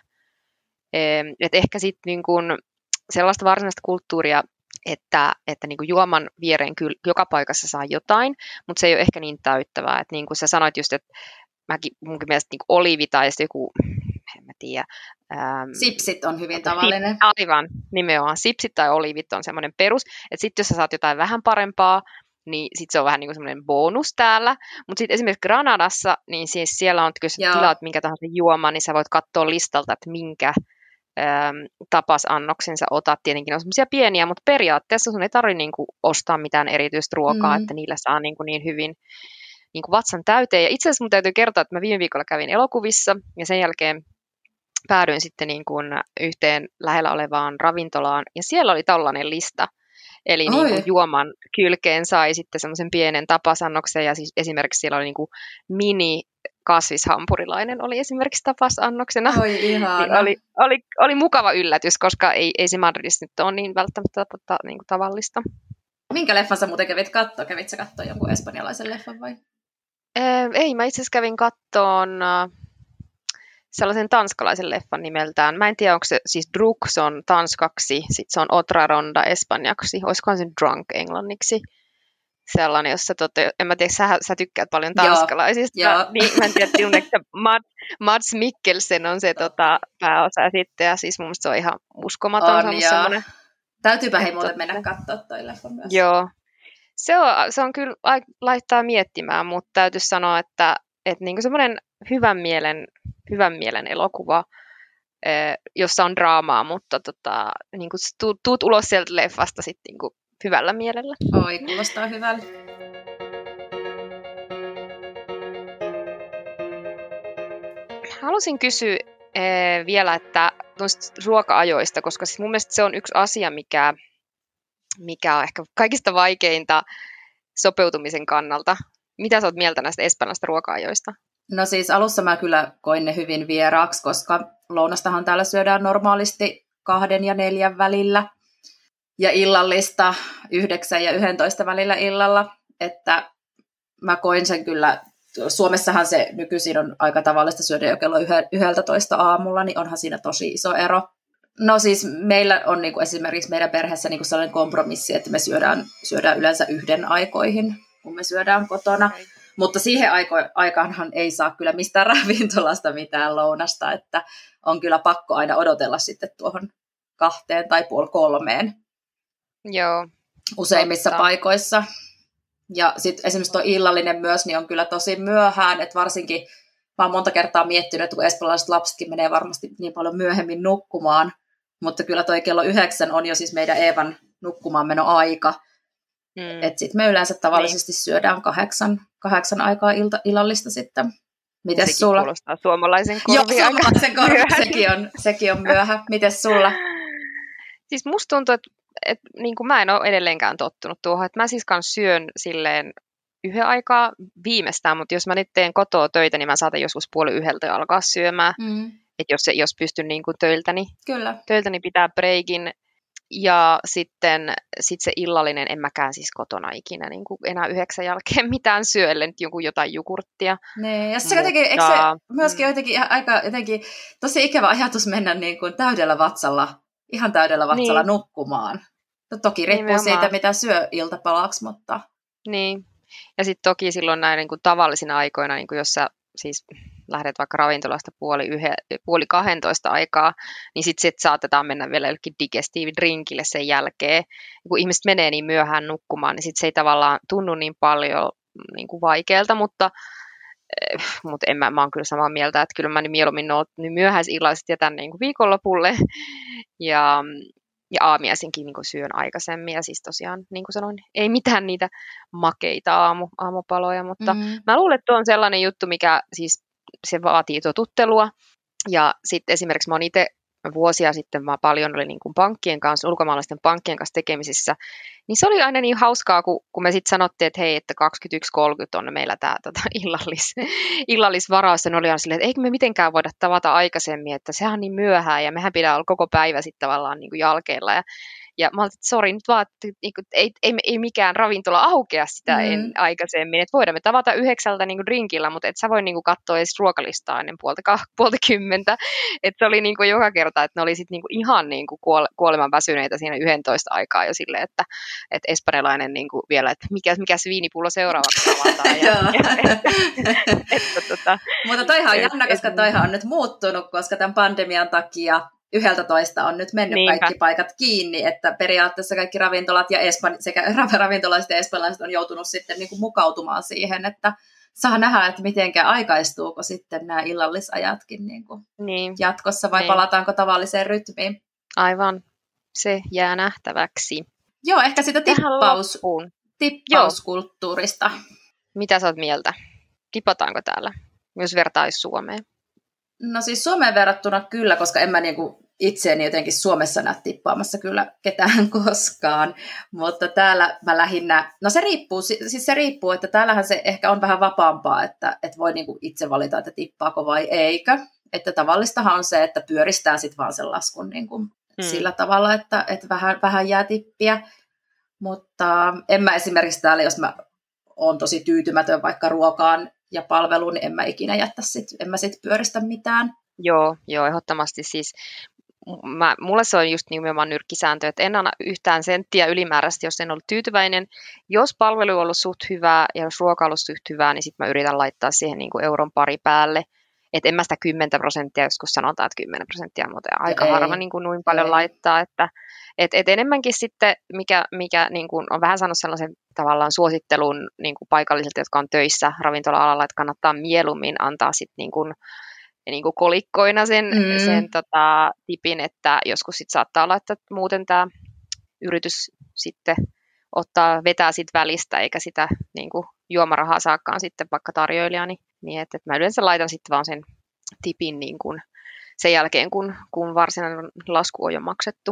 Et ehkä sitten niin kuin sellaista varsinaista kulttuuria, että, että niin kuin juoman viereen kyllä joka paikassa saa jotain, mutta se ei ole ehkä niin täyttävää. Että niin kuin sä sanoit just, että mäkin, munkin mielestä niin kuin oliivi tai joku, en mä tiedä. Ähm, Sipsit on hyvin tavallinen. Sip, aivan, nimenomaan. Sipsit tai oliivit on semmoinen perus. Että sitten jos sä saat jotain vähän parempaa, niin sitten se on vähän niin kuin semmoinen bonus täällä. Mutta sitten esimerkiksi Granadassa, niin siis siellä on, kun sä tilaat minkä tahansa juoman, niin sä voit katsoa listalta, että minkä tapasannoksen sä otat. Tietenkin on semmoisia pieniä, mutta periaatteessa sun ei tarvitse niinku ostaa mitään erityistä ruokaa, mm. että niillä saa niinku niin hyvin niinku vatsan täyteen. Ja itse asiassa mun täytyy kertoa, että mä viime viikolla kävin elokuvissa ja sen jälkeen päädyin sitten niinku yhteen lähellä olevaan ravintolaan ja siellä oli tällainen lista. Eli niinku juoman kylkeen sai sitten semmoisen pienen tapasannoksen ja siis esimerkiksi siellä oli niinku mini kasvishampurilainen oli esimerkiksi tapasannoksena. Oi ihana. Niin oli, oli, oli mukava yllätys, koska ei, ei se Madridissa nyt ole niin välttämättä ta, niin kuin tavallista. Minkä leffan sä muuten kävit katsoa? Kävit sä katsoa jonkun espanjalaisen leffan vai? Ee, ei, mä itse asiassa kävin kattoon uh, sellaisen tanskalaisen leffan nimeltään. Mä en tiedä, onko se siis Druk, on tanskaksi, sitten se on Otra Ronda espanjaksi. Olisikohan se Drunk englanniksi? Sellainen, jossa, tota, en mä tiedä, sä, sä tykkäät paljon tanskalaisista, Joo, niin mä en tiedä, että Mad, Mads Mikkelsen on se tota, pääosa ja sitten, ja siis mun mielestä se on ihan uskomaton. On, se on semmoinen. Täytyypä hei muuten mennä katsoa toi leffa myös. Joo, se on, se on kyllä laittaa miettimään, mutta täytyy sanoa, että, että niinku semmoinen hyvän mielen, hyvän mielen elokuva, jossa on draamaa, mutta tota, niinku, tuut, tuut ulos sieltä leffasta sitten niinku, hyvällä mielellä. Oi, kuulostaa hyvältä. Haluaisin kysyä eh, vielä, että noista ruoka-ajoista, koska siis mun mielestä se on yksi asia, mikä, mikä on ehkä kaikista vaikeinta sopeutumisen kannalta. Mitä sä oot mieltä näistä espanjalaisista ruoka-ajoista? No siis alussa mä kyllä koin ne hyvin vieraaksi, koska lounastahan täällä syödään normaalisti kahden ja neljän välillä. Ja illallista yhdeksän ja yhdentoista välillä illalla, että mä koin sen kyllä, Suomessahan se nykyisin on aika tavallista syödä jo kello yhdeltätoista aamulla, niin onhan siinä tosi iso ero. No siis meillä on niin kuin esimerkiksi meidän perheessä niin kuin sellainen kompromissi, että me syödään, syödään yleensä yhden aikoihin, kun me syödään kotona. Mutta siihen aiko- aikaanhan ei saa kyllä mistään ravintolasta mitään lounasta, että on kyllä pakko aina odotella sitten tuohon kahteen tai puoli kolmeen. Joo. Useimmissa totta. paikoissa. Ja sitten esimerkiksi tuo illallinen myös niin on kyllä tosi myöhään, että varsinkin mä oon monta kertaa miettinyt, että kun espanjalaiset lapsetkin menee varmasti niin paljon myöhemmin nukkumaan, mutta kyllä toi kello yhdeksän on jo siis meidän Eevan nukkumaanmenoaika. Mm. Että sitten me yleensä tavallisesti niin. syödään kahdeksan, kahdeksan aikaa ilta, illallista sitten. Mites Sekin sulla? kuulostaa suomalaisen korviin. Joo, suomalaisen korviin, sekin on, sekin on myöhä. Mites sulla? Siis musta tuntuu, että, että niin kuin mä en ole edelleenkään tottunut tuohon, että mä siis kanssa syön silleen yhden aikaa viimeistään, mutta jos mä nyt teen kotoa töitä, niin mä saatan joskus puoli yhdeltä jo alkaa syömään. Mm. Että jos, jos pystyn niin kuin töiltäni, Kyllä. töiltäni pitää breikin. Ja sitten sit se illallinen, en mäkään siis kotona ikinä niin kuin enää yhdeksän jälkeen mitään syö, ellei nyt jonkun jotain jogurttia. Ne, ja se mutta, jotenkin, eikö se myöskin mm. jotenkin aika jotenkin tosi ikävä ajatus mennä niin kuin täydellä vatsalla, ihan täydellä vatsalla niin. nukkumaan. No, toki riippuu Nimenomaan. siitä, mitä syö iltapalaksi, mutta... Niin, ja sitten toki silloin näin niin kuin tavallisina aikoina, niin kuin jos sä siis lähdet vaikka ravintolasta puoli, yhe, puoli kahdentoista aikaa, niin sitten sit saatetaan mennä vielä jollekin digestiividrinkille sen jälkeen. Ja kun ihmiset menee niin myöhään nukkumaan, niin sitten se ei tavallaan tunnu niin paljon niin kuin vaikealta, mutta, mutta en mä, mä oon kyllä samaa mieltä, että kyllä mä niin mieluummin oon niin myöhäisillaiset jätän niin kuin viikonlopulle ja, ja aamiaisinkin niin kuin syön aikaisemmin. Ja siis tosiaan, niin kuin sanoin, ei mitään niitä makeita aamu, aamupaloja, mutta mm-hmm. mä luulen, että tuo on sellainen juttu, mikä siis se vaatii totuttelua. Ja sitten esimerkiksi mä oon itse vuosia sitten, mä paljon olin niin kuin pankkien kanssa, ulkomaalaisten pankkien kanssa tekemisissä, niin se oli aina niin hauskaa, kun, kun me sitten sanottiin, että hei, että kaksikymmentäyksi kolmekymmentä on meillä tämä tota, illallis, illallisvaraus, ja ne oli aina silleen, että eikö me mitenkään voida tavata aikaisemmin, että sehän on niin myöhään, ja mehän pitää olla koko päivä sitten tavallaan niin kuin jalkeilla, ja Ja mä olin, että sori, nyt vaan, että ei, ei, ei mikään ravintola aukea sitä mm. en, aikaisemmin. Että voidaan me tavata yhdeksältä niin kuin drinkillä, mutta et sä voi niin kuin katsoa edes ruokalistaa ennen puolta, puolta kymmentä. Että se oli niin kuin joka kerta, että ne oli sit niin kuin ihan niin kuin kuole, kuoleman väsyneitä siinä yhdentoista aikaa jo silleen, että, että espanjalainen niin kuin vielä, että mikä, mikä se viinipullo seuraavaksi avataan. ja, ja, että, tota, mutta toihan on jännä, koska toihan on nyt muuttunut, koska tämän pandemian takia yhdeltätoista on nyt mennyt Niinpä. kaikki paikat kiinni, että periaatteessa kaikki ravintolat ja espan, sekä ravintolaiset ja espanjalaiset on joutunut sitten niin kuin mukautumaan siihen, että saa nähdä, että mitenkä aikaistuuko sitten nämä illallisajatkin niin kuin niin. jatkossa vai niin. palataanko tavalliseen rytmiin. Aivan, se jää nähtäväksi. Joo, ehkä sitä tippaus, tippauskulttuurista. Mitä sä oot mieltä? Tipataanko täällä, jos vertaisi Suomeen? No siis Suomeen verrattuna kyllä, koska en mä niinku itseäni jotenkin Suomessa näe tippaamassa kyllä ketään koskaan, mutta täällä mä lähinnä, no se riippuu, siis se riippuu, että täällähän se ehkä on vähän vapaampaa, että, että voi niinku itse valita, että tippaako vai eikö, että tavallistahan on se, että pyöristää sitten vaan sen laskun niinku hmm. sillä tavalla, että, että vähän, vähän jää tippiä, mutta en mä esimerkiksi täällä, jos mä oon tosi tyytymätön vaikka ruokaan, ja palveluun, niin en mä ikinä jättä sit, en mä sit pyöristä mitään. Joo, joo, ehdottomasti siis. Mä, mulle se on just nimenomaan nyrkkisääntö, että en anna yhtään senttiä ylimääräisesti, jos en ollut tyytyväinen. Jos palvelu on ollut suht hyvää ja jos ruoka on ollut suht hyvää, niin sitten mä yritän laittaa siihen niin kuin euron pari päälle. Että en mä sitä kymmentä prosenttia, joskus sanotaan, että kymmenen prosenttia, mutta aika ei, harva niin kuin noin paljon ei. laittaa. Että et, et enemmänkin sitten, mikä, mikä niin kuin on vähän saanut sellaisen tavallaan suosittelun niin kuin paikallisilta, jotka on töissä ravintola-alalla, että kannattaa mieluummin antaa sitten niin kuin, niin kuin kolikkoina sen, mm. sen tota, tipin, että joskus sitten saattaa olla, että muuten tämä yritys sitten ottaa, vetää sit välistä, eikä sitä niin kuin juomarahaa saakaan sitten vaikka tarjoilijani. Niin että, että mä yleensä laitan sitten vaan sen tipin niin kuin sen jälkeen, kun, kun varsinainen lasku on jo maksettu.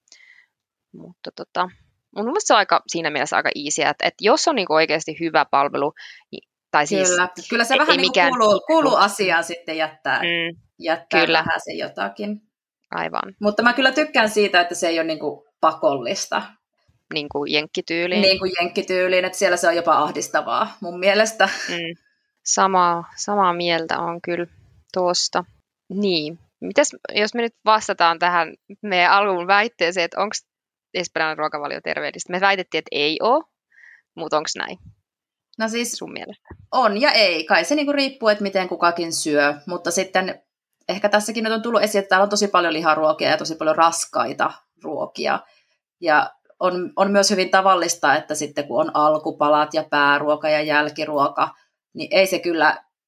Mutta tota, mun mielestä se on aika, siinä mielessä aika easyä, että, että jos on niin kuin oikeasti hyvä palvelu, tai siis... Kyllä, kyllä se vähän niin mikään... kuuluu, kuuluu asiaan sitten jättää, mm, jättää vähän se jotakin. Aivan. Mutta mä kyllä tykkään siitä, että se ei ole niin kuin pakollista. Niin kuin jenkkityyliin. Niin kuin jenkkityyliin, että siellä se on jopa ahdistavaa mun mielestä. Mm. Samaa, samaa mieltä on kyllä tuosta. Niin, mitäs jos me nyt vastataan tähän meidän alkuun väitteeseen, että onko espanjalainen ruokavalio terveellistä? Me väitettiin, että ei ole, mutta onko näin? No siis sun mielestä? On ja ei. Kai se niinku riippuu, että miten kukakin syö, mutta sitten ehkä tässäkin nyt on tullut esiin, että täällä on tosi paljon liharuokia ja tosi paljon raskaita ruokia. Ja on, on myös hyvin tavallista, että sitten kun on alkupalat ja pääruoka ja jälkiruoka, niin ei se kyllä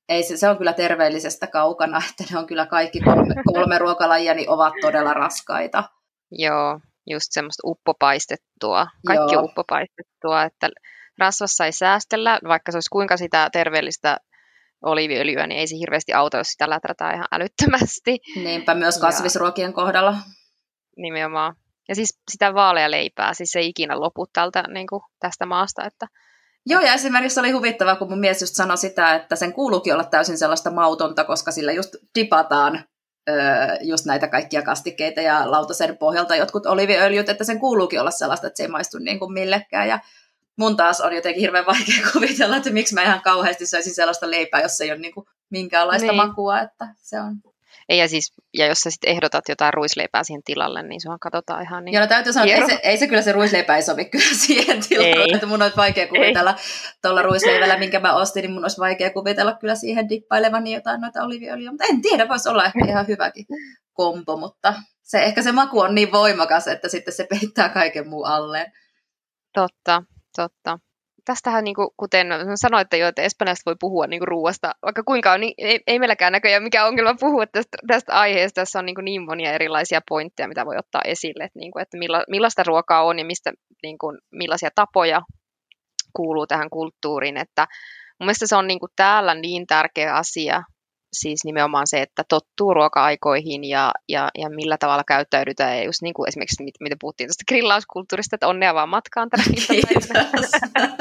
ei se, se on kyllä terveellisestä kaukana, että ne on kyllä kaikki kolme, kolme ruokalajia niin ovat todella raskaita. Joo, just semmoista uppopaistettua. Kaikki Joo. on uppopaistettua, että rasvassa ei säästellä, vaikka se olisi kuinka sitä terveellistä oliiviöljyä, niin ei se hirveästi auta, jos sitä läträtään ihan älyttömästi. Niinpä myös kasvisruokien kohdalla. Nimenomaan. Ja siis sitä vaalea leipää, siis se ei ikinä lopu tältä, niin kuin tästä maasta. Että, Joo, ja esimerkiksi oli huvittavaa, kun mun mies just sanoi sitä, että sen kuuluukin olla täysin sellaista mautonta, koska sillä just dipataan öö, just näitä kaikkia kastikkeita ja lautasen pohjalta jotkut oliiviöljyt, että sen kuuluukin olla sellaista, että se ei maistu niin kuin millekään. Ja mun taas on jotenkin hirveän vaikea kuvitella, että miksi mä ihan kauheasti söisin sellaista leipää, jos ei ole niin kuin minkäänlaista niin. makua, että se on... Ei, ja, siis, ja jos sä sitten ehdotat jotain ruisleipää siihen tilalle, niin sua katsotaan ihan niin. Joo, no täytyy sanoa, että ei se, ei se kyllä se ruisleipä ei sovi kyllä siihen tilalle, ei. Että mun olisi vaikea kuvitella tuolla ruisleivällä, minkä mä ostin, niin mun olisi vaikea kuvitella kyllä siihen dippailevani jotain noita oliiviöljyä, mutta en tiedä, voisi olla ehkä ihan hyväkin kompo, mutta se, ehkä se maku on niin voimakas, että sitten se peittää kaiken muun alleen. Totta, totta. Tästähän, niin kuin, kuten sanoitte jo, että Espanjasta voi puhua niin kuin ruuasta, vaikka kuinka on, niin ei, ei meilläkään näköjään mikään ongelma puhua tästä, tästä aiheesta. Tässä on niin, kuin niin monia erilaisia pointteja, mitä voi ottaa esille, että, niin kuin, että milla, millaista ruokaa on ja mistä, niin kuin, millaisia tapoja kuuluu tähän kulttuuriin. Että mun mielestä se on niin kuin täällä niin tärkeä asia, siis nimenomaan se, että tottuu ruoka-aikoihin ja, ja, ja millä tavalla käyttäydytään. Ja just niin kuin esimerkiksi, mitä puhuttiin tuosta grillauskulttuurista, että onnea vaan matkaan tänä iltapäivänä.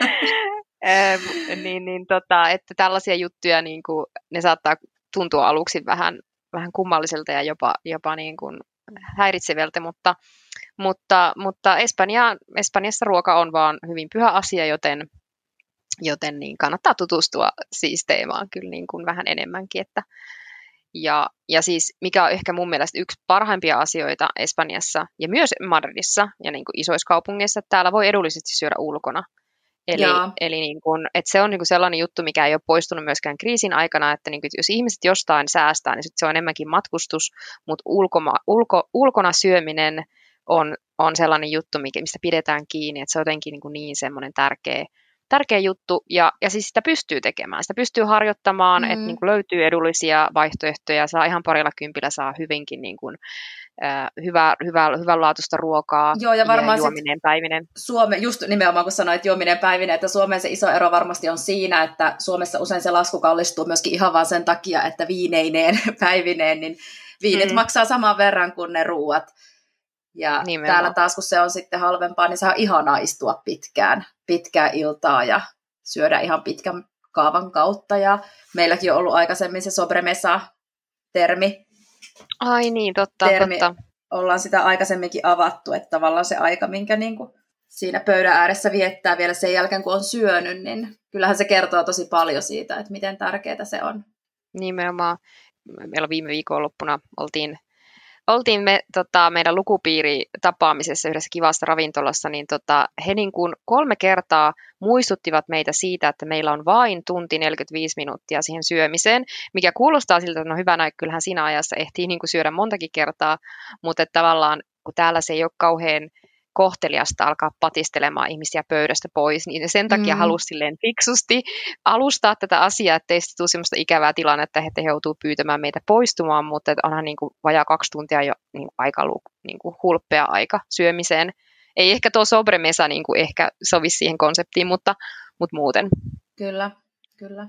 niin, niin, tota, että tällaisia juttuja, niin kuin, ne saattaa tuntua aluksi vähän, vähän kummalliselta ja jopa, jopa niin kuin häiritseviltä, mutta, mutta, mutta Espanja, Espanjassa ruoka on vaan hyvin pyhä asia, joten Joten niin kannattaa tutustua siis teemaan kyllä niin kuin vähän enemmänkin. Että ja, ja siis mikä on ehkä mun mielestä yksi parhaimpia asioita Espanjassa ja myös Madridissa ja niin kuin isoissa kaupungeissa, että täällä voi edullisesti syödä ulkona. Eli, eli niin kuin, että se on niin kuin sellainen juttu, mikä ei ole poistunut myöskään kriisin aikana, että niin kuin, jos ihmiset jostain säästää, niin se on enemmänkin matkustus, mutta ulkoma, ulko, ulkona syöminen on, on sellainen juttu, mistä pidetään kiinni, että se on jotenkin niin, kuin niin semmoinen tärkeä, tärkeä juttu, ja, ja siis sitä pystyy tekemään, sitä pystyy harjoittamaan, mm-hmm. että niin kuin löytyy edullisia vaihtoehtoja, saa ihan parilla kympillä saa hyvinkin niin kuin, äh, hyvää, hyvää, hyvänlaatuista ruokaa. Joo, ja varmaan ja juominen päivinen. Suomen, just nimenomaan kun sanoit juominen päivinen, että Suomeen se iso ero varmasti on siinä, että Suomessa usein se lasku kallistuu myöskin ihan vaan sen takia, että viineineen päivineen, niin viinit mm-hmm. maksaa saman verran kuin ne ruuat. Ja nimenomaan. Täällä taas, kun se on sitten halvempaa, niin saa ihanaa istua pitkään, pitkää iltaa ja syödä ihan pitkän kaavan kautta. Ja meilläkin on ollut aikaisemmin se sobremesa-termi. Ai niin, totta, termi. totta. Ollaan sitä aikaisemminkin avattu, että tavallaan se aika, minkä niin kuin siinä pöydän ääressä viettää vielä sen jälkeen, kun on syönyt, niin kyllähän se kertoo tosi paljon siitä, että miten tärkeää se on. Nimenomaan. Meillä viime viikonloppuna oltiin Oltiin me tota, meidän lukupiiritapaamisessa yhdessä kivassa ravintolassa, niin tota, he niin kuin kolme kertaa muistuttivat meitä siitä, että meillä on vain tunti neljäkymmentäviisi minuuttia siihen syömiseen, mikä kuulostaa siltä, että no hyvänä, kyllähän siinä ajassa ehtii niin kuin syödä montakin kertaa, mutta että tavallaan kun täällä se ei ole kauhean kohteliasta alkaa patistelemaan ihmisiä pöydästä pois, niin sen takia mm. halusi silleen fiksusti alustaa tätä asiaa, ettei sitten tule sellaista ikävää tilannetta, että he joutuu pyytämään meitä poistumaan, mutta onhan niin kuin vajaa kaksi tuntia jo niin kuin aika niin kuin hulppea aika syömiseen. Ei ehkä tuo sobremesa niin kuin ehkä sovi siihen konseptiin, mutta, mutta muuten. Kyllä, kyllä.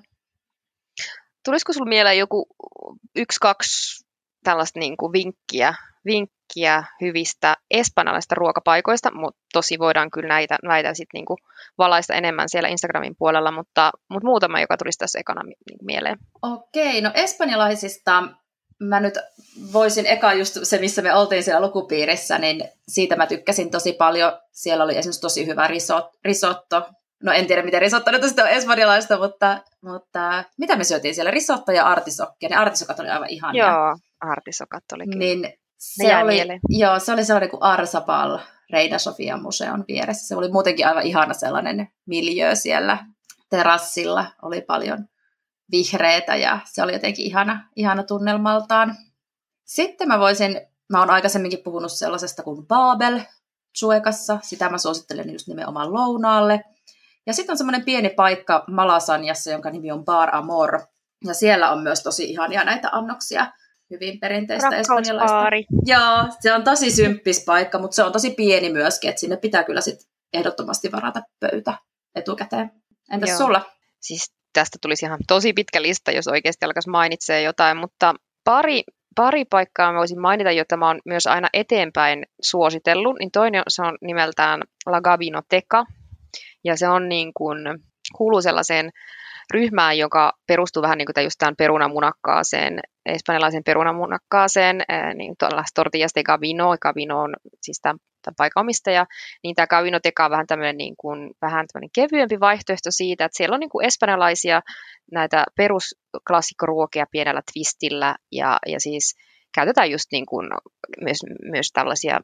Tulisiko sinulla mieleen joku yksi, kaksi tällaista niin kuin vinkkiä, vinkkiä hyvistä espanjalaisista ruokapaikoista, mutta tosi voidaan kyllä näitä, näitä sit niinku valaista enemmän siellä Instagramin puolella, mutta, mutta muutama, joka tulisi tässä ekana mieleen. Okei, no espanjalaisista mä nyt voisin eka just se, missä me oltiin siellä lukupiirissä, niin siitä mä tykkäsin tosi paljon. Siellä oli esimerkiksi tosi hyvä risotto. No en tiedä, miten risotto nyt on espanjalaista, mutta, mutta mitä me syötiin siellä? Risotto ja artisokkia. Ne artisokat oli aivan ihania. Joo, artisokat oli kyllä. Niin se oli, joo, se oli sellainen kuin Arsapal Reina Sofia museon vieressä. Se oli muutenkin aivan ihana sellainen miljöö siellä terassilla. Oli paljon vihreätä ja se oli jotenkin ihana, ihana tunnelmaltaan. Sitten mä voisin, mä oon aikaisemminkin puhunut sellaisesta kuin Babel Chuecassa. Sitä mä suosittelen just nimenomaan lounaalle. Ja sitten on semmoinen pieni paikka Malasanjassa, jonka nimi on Bar Amor. Ja siellä on myös tosi ihania näitä annoksia, hyvin perinteistä espanjalaista. Joo, se on tosi symppis paikka, mutta se on tosi pieni myöskin, että sinne pitää kyllä sit ehdottomasti varata pöytä etukäteen. Entäs Joo. sulla? Siis tästä tulisi ihan tosi pitkä lista, jos oikeasti alkaisi mainitsee jotain, mutta pari, pari paikkaa mä voisin mainita, jota mä oon myös aina eteenpäin suositellut, niin toinen se on nimeltään La Gabinoteca, ja se on niin kuin, kuuluu sellaiseen ryhmään, joka perustuu vähän niin kuin just tämän perunamunakkaaseen, espanjalaisen perunamunakkaaseen, niin tortillas de Gabino, Gabino on siis tämän, tämän paikan omistaja, niin tämä Gabinoteca on vähän tämmöinen, niin kuin, vähän tämmöinen kevyempi vaihtoehto siitä, että siellä on niin kuin espanjalaisia näitä perusklassikkoruokia pienellä twistillä, ja, ja siis käytetään just niin kuin myös, myös tällaisia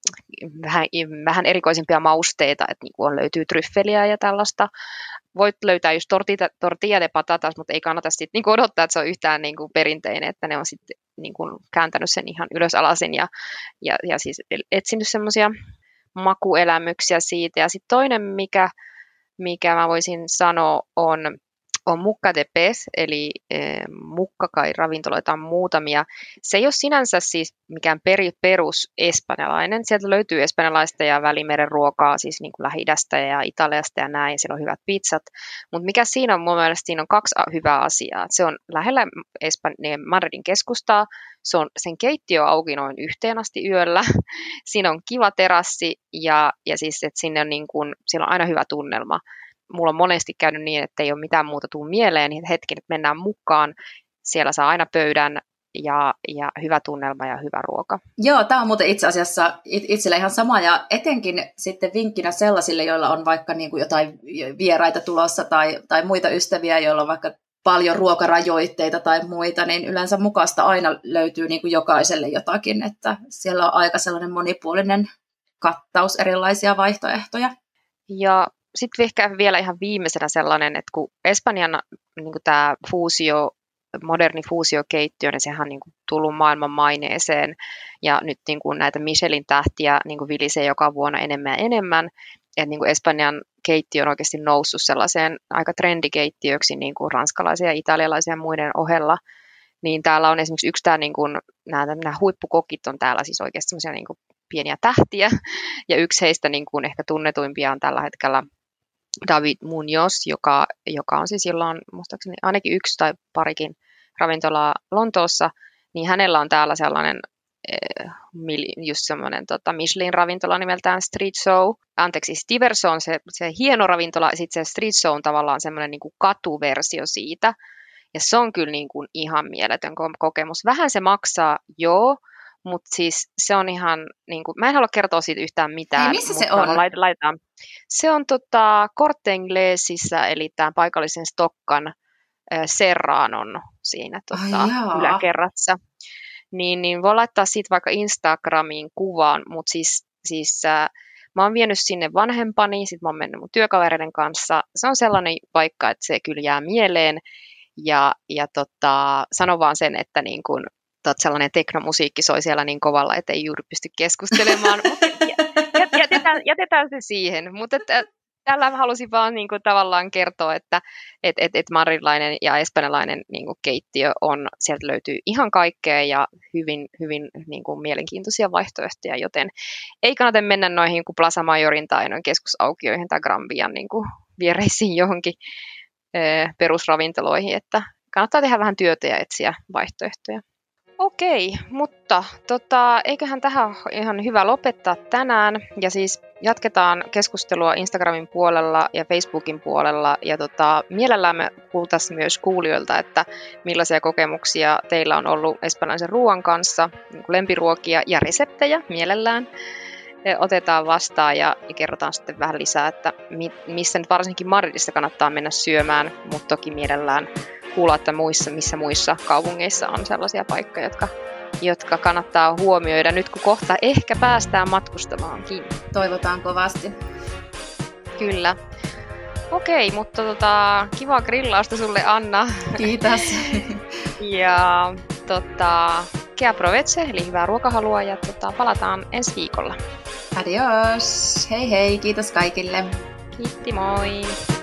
vähän, vähän erikoisempia mausteita, että niin kuin on, löytyy tryffeliä ja tällaista. Voit löytää just tortilla, tortilla de patatas, mutta ei kannata sitten niin kuin odottaa, että se on yhtään niin kuin perinteinen, että ne on sitten niin kuin kääntänyt sen ihan ylösalasin ja, ja, ja siis etsinyt semmoisia makuelämyksiä siitä. Ja sitten toinen, mikä, mikä mä voisin sanoa, on on Mucca de Pez, eli e, mukkakai ravintoloita on muutamia. Se ei ole sinänsä siis mikään per, perus espanjalainen. Sieltä löytyy espanjalaista ja Välimeren ruokaa, siis niin kuin Lähi-idästä ja Italiasta ja näin. Siellä on hyvät pizzat. Mutta mikä siinä on, mun mielestä siinä on kaksi hyvää asiaa. Se on lähellä Espan- Madridin keskustaa. Se on, sen keittiö on auki noin yhteen asti yöllä. Siinä on kiva terassi ja, ja siis, että sinne on niin kuin, siellä on aina hyvä tunnelma. Mulla on monesti käynyt niin, että ei ole mitään muuta tuu mieleen, niin hetken, että mennään mukaan. Siellä saa aina pöydän ja, ja hyvä tunnelma ja hyvä ruoka. Joo, tämä on muuten itse asiassa itsellä ihan sama, ja etenkin sitten vinkkinä sellaisille, joilla on vaikka niin kuin jotain vieraita tulossa tai, tai muita ystäviä, joilla on vaikka paljon ruokarajoitteita tai muita, niin yleensä mukaista aina löytyy niin kuin jokaiselle jotakin, että siellä on aika sellainen monipuolinen kattaus erilaisia vaihtoehtoja. Ja sitten ehkä vielä ihan viimeisenä sellainen, että kun Espanjan niin kuin tämä fuusio, moderni fuusiokeittiö, niin sehän on niin kuin tullut maailman maineeseen, ja nyt niin kuin näitä Michelin tähtiä niin kuin vilisee joka vuonna enemmän ja enemmän, että niin kuin Espanjan keittiö on oikeasti noussut sellaiseen aika trendikeittiöksi niin kuin ranskalaisia ja italialaisia ja muiden ohella, niin täällä on esimerkiksi yksi tämä, niin kuin, nämä, nämä huippukokit on täällä siis oikeasti sellaisia niin kuin pieniä tähtiä, ja yksi heistä niin kuin ehkä tunnetuimpia on tällä hetkellä David Muñoz, joka, joka on siis silloin muistaakseni ainakin yksi tai parikin ravintolaa Lontoossa, niin hänellä on täällä sellainen eh, just semmoinen tota, Michelin-ravintola nimeltään Street Show. Anteeksi, Stiverso on se, se hieno ravintola, ja sitten se Street Show on tavallaan semmoinen niin kuin katuversio siitä, ja se on kyllä niin kuin ihan mieletön kokemus. Vähän se maksaa, joo, mutta siis se on ihan, niin kuin, mä en halua kertoa siitä yhtään mitään. Hei, missä se on? Laitetaan. Se on tota, Corte Inglesissa, eli tämän paikallisen Stokkan äh, Serranon siinä tota, Ai yläkerrassa. Niin, niin voi laittaa siitä vaikka Instagramiin kuvan, mutta siis, siis äh, mä oon vienyt sinne vanhempani, sit mä oon mennyt mun työkavereiden kanssa. Se on sellainen paikka, että se kyllä jää mieleen, ja, ja tota, sanon vaan sen, että niin kun, sellainen teknomusiikki soi siellä niin kovalla, että ei juuri pysty keskustelemaan. jätetään, jätetään se siihen. Mutta tällä halusin vaan niin kuin, tavallaan kertoa, että et, et, et madrilainen ja espanjalainen niin kuin, keittiö on, sieltä löytyy ihan kaikkea ja hyvin, hyvin niin kuin, mielenkiintoisia vaihtoehtoja, joten ei kannata mennä noihin kuin Plaza Majorin tai noin keskusaukioihin tai Granvian niin kuin, viereisiin johonkin e, perusravintoloihin, että kannattaa tehdä vähän työtä ja etsiä vaihtoehtoja. Okei, mutta tota, eiköhän tähän ole ihan hyvä lopettaa tänään, ja siis jatketaan keskustelua Instagramin puolella ja Facebookin puolella, ja tota, mielellään me kuultaisiin myös kuulijoilta, että millaisia kokemuksia teillä on ollut espanjalaisen ruoan kanssa, niin kuin lempiruokia ja reseptejä mielellään otetaan vastaan, ja, ja kerrotaan sitten vähän lisää, että mi, missä nyt varsinkin Madridissa kannattaa mennä syömään, mutta toki mielellään kuulla, että muissa, missä muissa kaupungeissa on sellaisia paikkoja, jotka, jotka kannattaa huomioida nyt, kun kohta ehkä päästään matkustamaankin. Toivotaan kovasti. Kyllä. Okei, mutta tota, kivaa grillausta sulle, Anna. Kiitos. ja tota, que aproveche, eli hyvää ruokahalua, ja tota, palataan ensi viikolla. Adios. Hei hei, kiitos kaikille. Kiitti, moi.